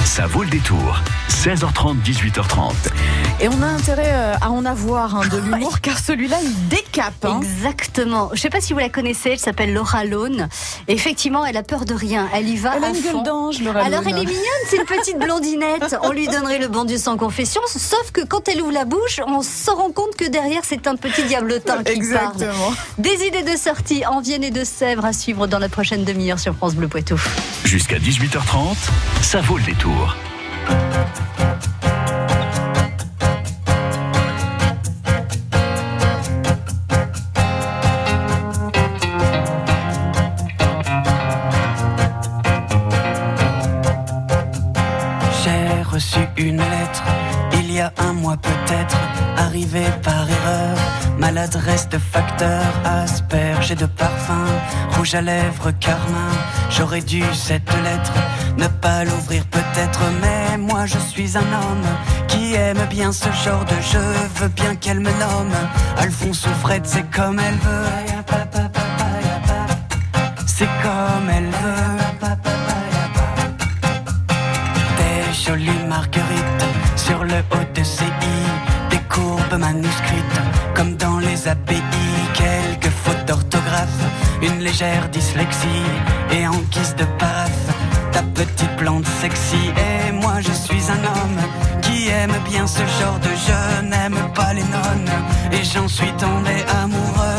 Ça vaut le détour. 16h30, 18h30. Et on a intérêt à en avoir de l'humour, car celui-là, il décape. Exactement. Je ne sais pas si vous la connaissez, elle s'appelle Laura Lone. Effectivement, elle a peur de rien. Elle y va Elle à a une fond. gueule d'ange, Laura Alors, Lone. elle est mignonne, c'est une petite blondinette. On lui donnerait le bon Dieu sans confession, sauf que quand elle ouvre la bouche, on se rend compte que derrière, c'est un petit diablotin qui parle. Exactement. Des idées de sortie en Vienne et de Sèvres à suivre dans la prochaine demi-heure sur France Bleu Poitou. Jusqu'à 18h30, ça vaut le détour. J'ai reçu une lettre, il y a un mois peut-être, arrivée par erreur. Maladresse de facteur, asperge et de parfum, rouge à lèvres, carmin. J'aurais dû cette lettre ne pas l'ouvrir peut-être, mais moi je suis un homme qui aime bien ce genre de jeu. Veux bien qu'elle me nomme Alphonse ou Fred, c'est comme elle veut. C'est comme elle veut. Des jolies marguerites sur le haut de CI, des courbes manuscrites comme dans les API, quelques fautes d'orthographe, une légère dyslexie et en guise de paraphe ta petite plante sexy. Et moi je suis un homme qui aime bien ce genre de jeu, n'aime pas les nonnes et j'en suis tombé amoureux.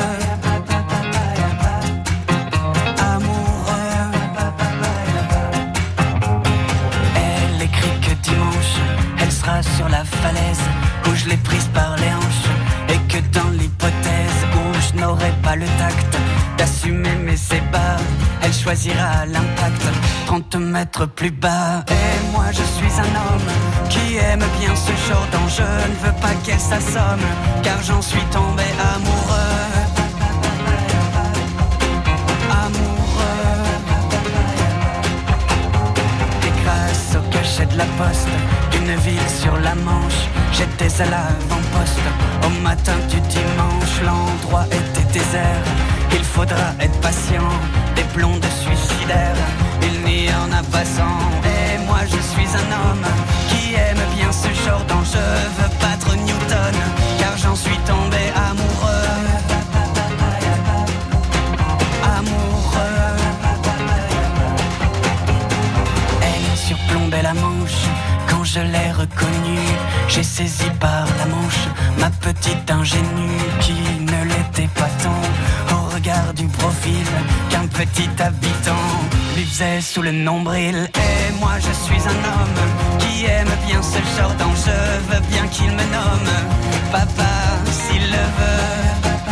Sur la falaise où je l'ai prise par les hanches, et que dans l'hypothèse où je n'aurai pas le tact d'assumer mes ébats, elle choisira l'impact 30 mètres plus bas. Et moi je suis un homme qui aime bien ce genre d'enjeu, ne veux pas qu'elle s'assomme car j'en suis tombé amoureux. Et grâce au cachet de la poste d'une ville sur la Manche, j'étais à l'avant-poste au matin du dimanche. L'endroit était désert, il faudra être patient. Des blondes suicidaires, il n'y en a pas 100. Et moi je suis un homme qui aime bien ce genre d'enjeu, veux battre Newton car j'en suis tombé amoureux. Elle surplombait la Manche. Quand je l'ai reconnue, j'ai saisi par la manche ma petite ingénue qui ne l'était pas tant au regard du profil qu'un petit habitant lui faisait sous le nombril. Et moi je suis un homme qui aime bien ce genre d'enjeu, veux bien qu'il me nomme papa s'il le veut.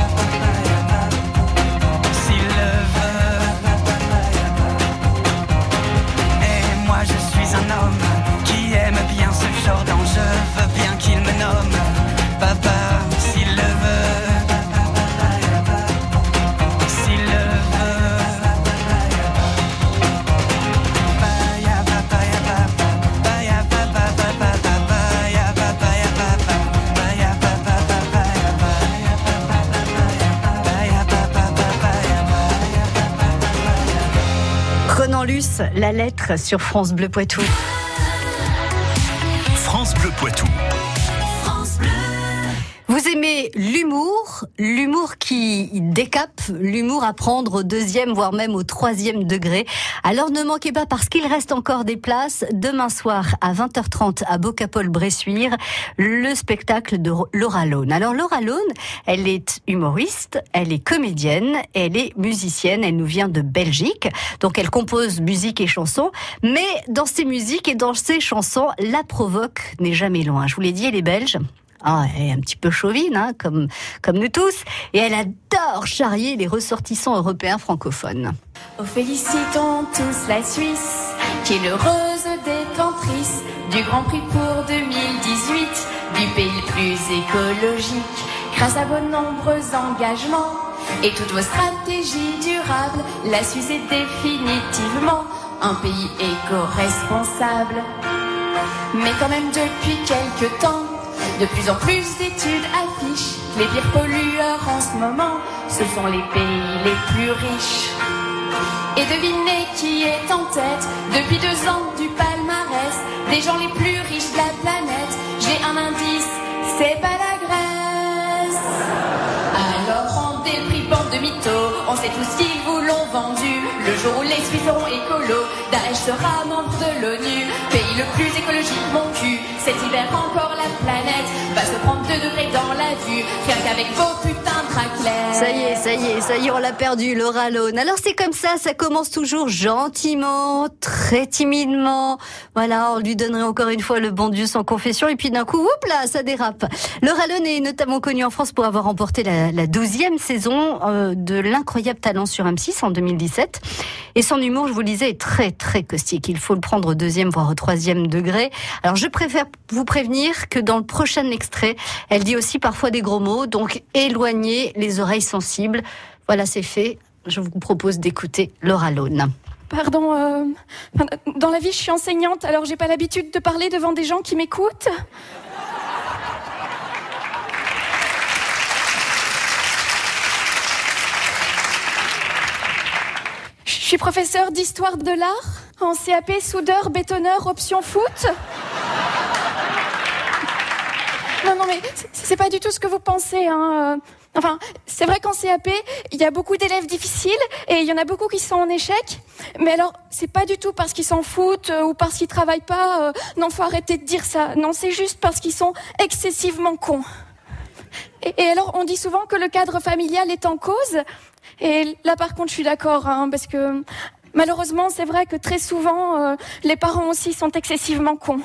Je suis un homme qui aime bien ce genre d'enjeu, veux bien qu'il me nomme papa s'il le veut. S'il le veut. Renan Luce, la lettre sur France Bleu Poitou. France Bleu Poitou. Vous aimez l'humour qui décape, l'humour à prendre au 2e, voire même au 3e degré. Alors ne manquez pas, parce qu'il reste encore des places, demain soir à 20h30 à Bocapol-Bressuire, le spectacle de Laura Lone. Alors Laura Lone, elle est humoriste, elle est comédienne, elle est musicienne, elle nous vient de Belgique, donc elle compose musique et chansons, mais dans ses musiques et dans ses chansons, la provoque n'est jamais loin. Je vous l'ai dit, elle est belge. Ah, elle est un petit peu chauvine, hein, comme nous tous, et elle adore charrier les ressortissants européens francophones. Oh, félicitons tous la Suisse, qui est l'heureuse détentrice du Grand Prix pour 2018, du pays le plus écologique, grâce à vos nombreux engagements et toutes vos stratégies durables. La Suisse est définitivement un pays éco-responsable. Mais quand même depuis quelques temps, de plus en plus d'études affichent que les pires pollueurs en ce moment, ce sont les pays les plus riches. Et devinez qui est en tête depuis 2 ans du palmarès. des gens les plus riches de la planète. J'ai un indice, c'est pas la Grèce. Alors rendez le prix bande de mythos, on sait tous qu'ils vous l'ont vendu. Le jour où les Suisses seront écolos, Daesh sera membre de l'ONU. Pays le plus écologique, mon cul. Cet hiver encore la planète va se prendre 2 degrés dans la vue, rien qu'avec vos putains de raclettes. Ça y est, on l'a perdu, Laura Lone. Alors c'est comme ça commence toujours gentiment, très timidement. Voilà, on lui donnerait encore une fois le bon Dieu sans confession, et puis d'un coup, oups là, ça dérape. Laura Lone est notamment connue en France pour avoir remporté la 12e saison de l'incroyable talent sur M6 en 2017. Et son humour, je vous le disais, est très très caustique. Il faut le prendre au 2e voire au 3e degré. Alors je préfère vous prévenir que dans le prochain extrait, elle dit aussi parfois des gros mots, donc éloignez les oreilles sensibles. Voilà, c'est fait. Je vous propose d'écouter Laura Lone. Pardon, dans la vie, je suis enseignante, alors j'ai pas l'habitude de parler devant des gens qui m'écoutent. Je suis professeure d'histoire de l'art, en CAP, soudeur, bétonneur, option foot. Non, mais c'est pas du tout ce que vous pensez, hein. Enfin, c'est vrai qu'en CAP, il y a beaucoup d'élèves difficiles et il y en a beaucoup qui sont en échec. Mais alors, c'est pas du tout parce qu'ils s'en foutent ou parce qu'ils travaillent pas. Non, faut arrêter de dire ça. Non, c'est juste parce qu'ils sont excessivement cons. Et alors, on dit souvent que le cadre familial est en cause. Et là, par contre, je suis d'accord, hein, parce que malheureusement, c'est vrai que très souvent, les parents aussi sont excessivement cons.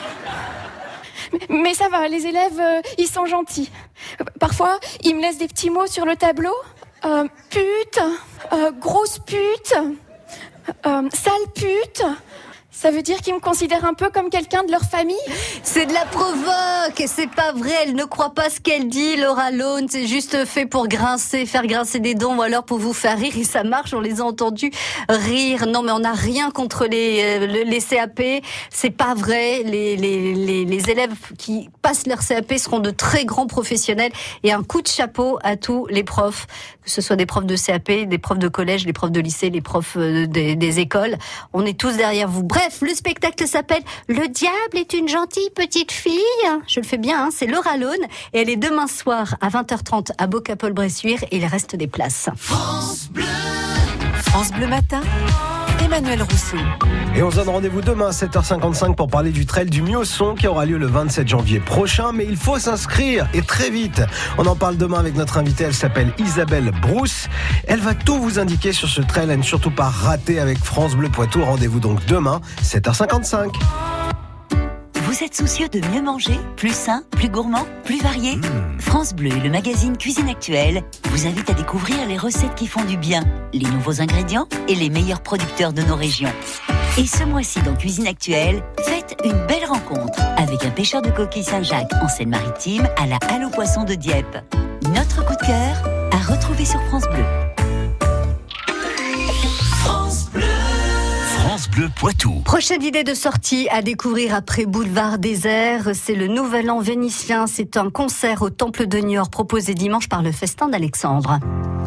Mais ça va, les élèves, ils sont gentils. Parfois, ils me laissent des petits mots sur le tableau. Pute, grosse pute, sale pute. Ça veut dire qu'ils me considèrent un peu comme quelqu'un de leur famille. C'est de la provoque, et c'est pas vrai, elle ne croit pas ce qu'elle dit, Laura Lone, c'est juste fait pour faire grincer des dents, ou alors pour vous faire rire, et ça marche, on les a entendus rire. Non, mais on n'a rien contre les CAP, c'est pas vrai, les élèves qui passent leur CAP seront de très grands professionnels, et un coup de chapeau à tous les profs, que ce soit des profs de CAP, des profs de collège, des profs de lycée, les profs des écoles, on est tous derrière vous. Bref, le spectacle s'appelle « Le diable est une gentille petite fille ». Je le fais bien, hein, c'est Laura Lone. Et elle est demain soir à 20h30 à Bocapol-Bressuire et il reste des places. France Bleu Matin, Emmanuel Rousseau. Et on se donne rendez-vous demain à 7h55 pour parler du trail du Miosson qui aura lieu le 27 janvier prochain. Mais il faut s'inscrire et très vite. On en parle demain avec notre invitée. Elle s'appelle Isabelle Brousse. Elle va tout vous indiquer sur ce trail à ne surtout pas rater avec France Bleu Poitou. Rendez-vous donc demain, 7h55. Vous êtes soucieux de mieux manger, plus sain, plus gourmand, plus varié ? France Bleu et le magazine Cuisine Actuelle vous invitent à découvrir les recettes qui font du bien, les nouveaux ingrédients et les meilleurs producteurs de nos régions. Et ce mois-ci dans Cuisine Actuelle, faites une belle rencontre avec un pêcheur de coquilles Saint-Jacques en Seine-Maritime à la Halle aux Poissons de Dieppe. Notre coup de cœur à retrouver sur France Bleu. France Bleu Poitou. Prochaine idée de sortie à découvrir après Boulevard Désert, c'est le Nouvel An vénitien. C'est un concert au Temple de Niort proposé dimanche par le Festin d'Alexandre.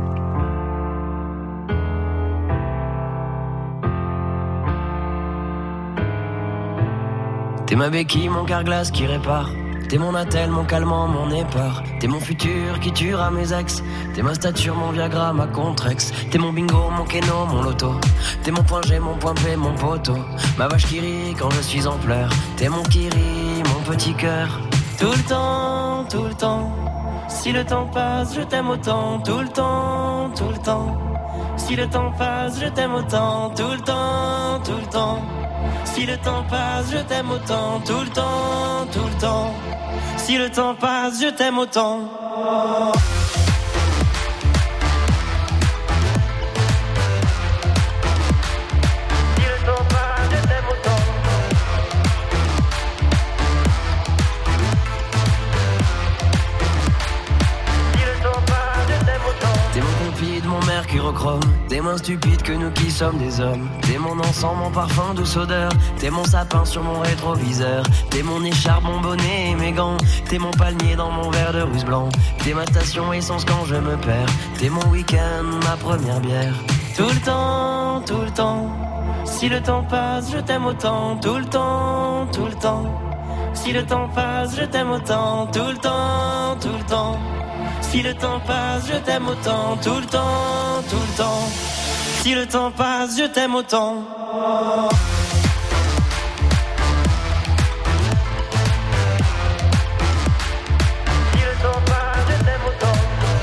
T'es ma béquille, mon carglass qui répare. T'es mon attel, mon calmant, mon épar. T'es mon futur qui tuera mes ex. T'es ma stature, mon Viagra, ma Contrex. T'es mon bingo, mon keno, mon loto. T'es mon point G, mon point P, mon poteau. Ma vache qui rit quand je suis en pleurs. T'es mon kiri, mon petit cœur. Tout le temps, tout le temps. Si le temps passe, je t'aime autant. Tout le temps, tout le temps. Si le temps passe, je t'aime autant. Tout le temps, tout le temps. Si le temps passe, je t'aime autant. Tout le temps, tout le temps. Si le temps passe, je t'aime autant. Si le temps passe, je t'aime autant. Si le temps passe, je t'aime autant. T'es mon compide, mon mercurochrome. T'es moins stupide que nous qui sommes des hommes. T'es mon encens, mon parfum, douce odeur. T'es mon sapin sur mon rétroviseur. T'es mon écharpe, mon bonnet et mes gants. T'es mon palmier dans mon verre de rousse blanc. T'es ma station essence quand je me perds. T'es mon week-end, ma première bière. Tout le temps, tout le temps. Si le temps passe, je t'aime autant. Tout le temps, tout le Si le temps passe, je t'aime autant, tout le temps, tout le temps. Si le temps passe, je t'aime autant, tout le temps, tout le temps. Si le temps passe, je t'aime autant. Si le temps passe, je t'aime autant.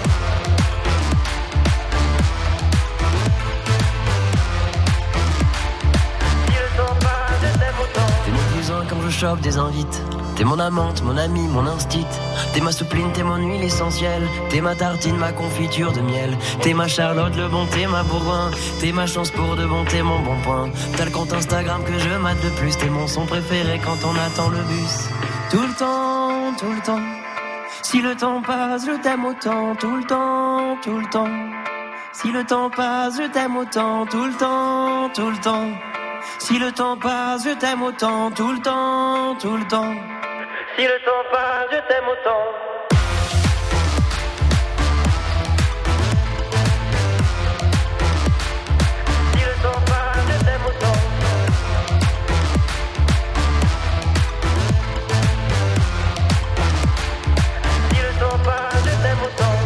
Si le temps passe, je t'aime autant. T'es mon cousin quand je chope des invites. T'es mon amante, mon ami, mon instit. T'es ma soupline, t'es mon huile essentielle. T'es ma tartine, ma confiture de miel. T'es ma Charlotte, le bon, t'es ma Bourgoin. T'es ma chance pour de bon, t'es mon bon point. T'as le compte Instagram que je mate le plus. T'es mon son préféré quand on attend le bus. Tout le temps, tout le temps. Si le temps passe, je t'aime autant. Tout le temps, tout le temps. Si le temps passe, je t'aime autant. Tout le temps, tout le temps. Si le temps passe, je t'aime autant. Tout le temps, tout le temps. Si le temps passe, je t'aime autant. Si le temps passe, je t'aime autant. Si le temps passe, je t'aime autant.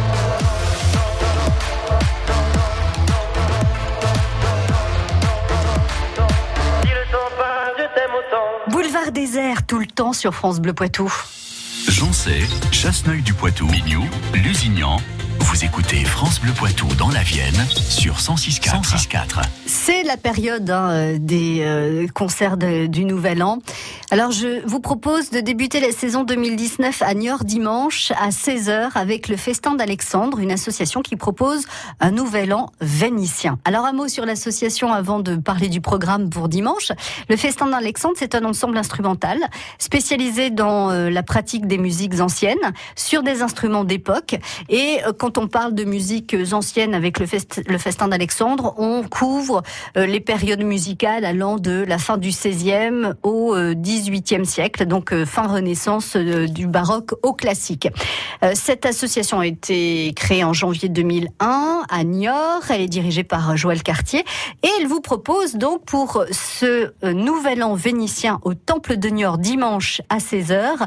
Si le temps passe, je t'aime autant. Boulevard désert tout le temps sur France Bleu Poitou. Joncé, Chasseneuil du Poitou, Mignou, Lusignan. Vous écoutez France Bleu Poitou dans la Vienne sur 106.4. C'est la période des concerts du Nouvel An. Alors je vous propose de débuter la saison 2019 à Niort dimanche à 16h avec le Festin d'Alexandre, une association qui propose un Nouvel An vénitien. Alors un mot sur l'association avant de parler du programme pour dimanche. Le Festin d'Alexandre, c'est un ensemble instrumental spécialisé dans la pratique des musiques anciennes sur des instruments d'époque. Et quand on parle de musiques anciennes avec le Festin d'Alexandre, on couvre les périodes musicales allant de la fin du XVIe au XVIIIe siècle, donc fin Renaissance du baroque au classique. Cette association a été créée en janvier 2001 à Niort. Elle est dirigée par Joël Cartier et elle vous propose donc pour ce Nouvel An vénitien au Temple de Niort dimanche à 16h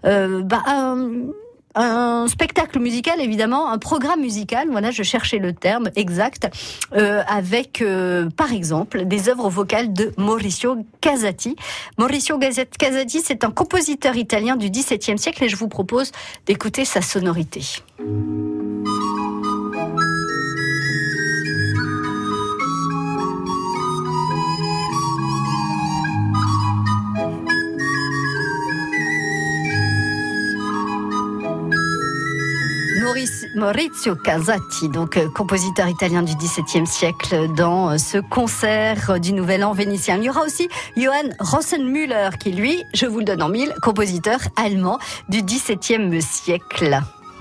un spectacle musical, évidemment, un programme musical, voilà, je cherchais le terme exact, avec, par exemple, des œuvres vocales de Maurizio Casati. Maurizio Casati, c'est un compositeur italien du XVIIe siècle et je vous propose d'écouter sa sonorité. Maurizio Casati, donc compositeur italien du XVIIe siècle, dans ce concert du Nouvel An vénitien. Il y aura aussi Johann Rosenmüller, qui lui, je vous le donne en mille, compositeur allemand du XVIIe siècle.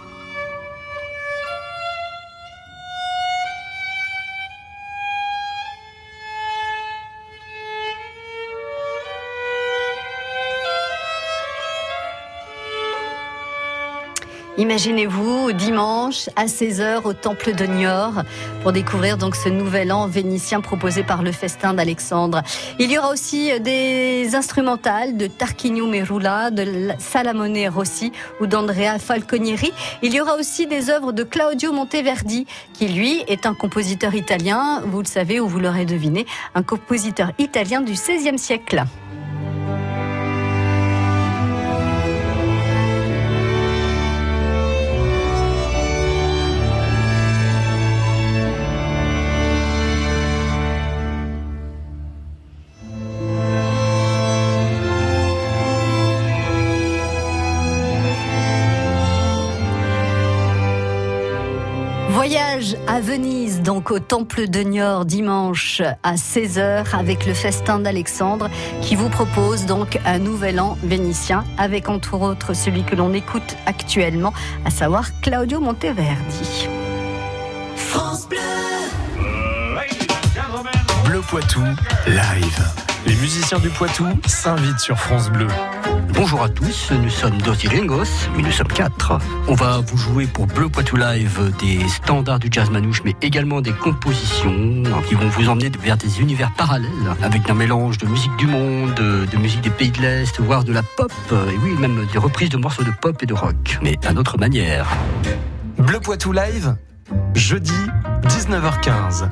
Imaginez-vous, dimanche à 16h au Temple de Niort pour découvrir donc ce Nouvel An vénitien proposé par le Festin d'Alexandre. Il y aura aussi des instrumentales de Tarquinio Merula, de Salamone Rossi ou d'Andrea Falconieri. Il y aura aussi des œuvres de Claudio Monteverdi qui lui est un compositeur italien, vous le savez ou vous l'aurez deviné, un compositeur italien du XVIe siècle. Voyage à Venise, donc au Temple de Niort, dimanche à 16h avec le Festin d'Alexandre qui vous propose donc un Nouvel An vénitien avec entre autres celui que l'on écoute actuellement, à savoir Claudio Monteverdi. France Bleu. Bleu Poitou, live. Les musiciens du Poitou s'invitent sur France Bleu. Bonjour à tous, nous sommes dos Ringos, mais nous sommes 4. On va vous jouer pour Bleu Poitou Live des standards du jazz manouche, mais également des compositions qui vont vous emmener vers des univers parallèles, avec un mélange de musique du monde, de musique des pays de l'Est, voire de la pop, et oui, même des reprises de morceaux de pop et de rock, mais à notre manière. Bleu Poitou Live, jeudi, 19h15.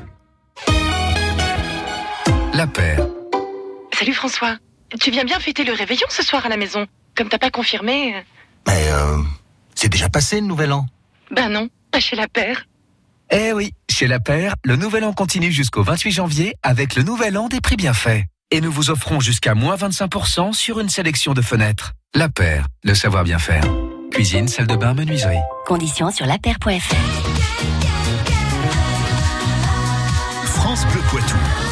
La Paire. Salut François, tu viens bien fêter le réveillon ce soir à la maison? Comme t'as pas confirmé... Mais c'est déjà passé le nouvel an. Ben non, pas chez La Paire. Eh oui, chez La Paire, le nouvel an continue jusqu'au 28 janvier avec le nouvel an des prix bien faits. Et nous vous offrons jusqu'à moins 25% sur une sélection de fenêtres. La Paire, le savoir bien faire. Cuisine, salle de bain, menuiserie. Conditions sur lapaire.fr. France Bleu Poitou.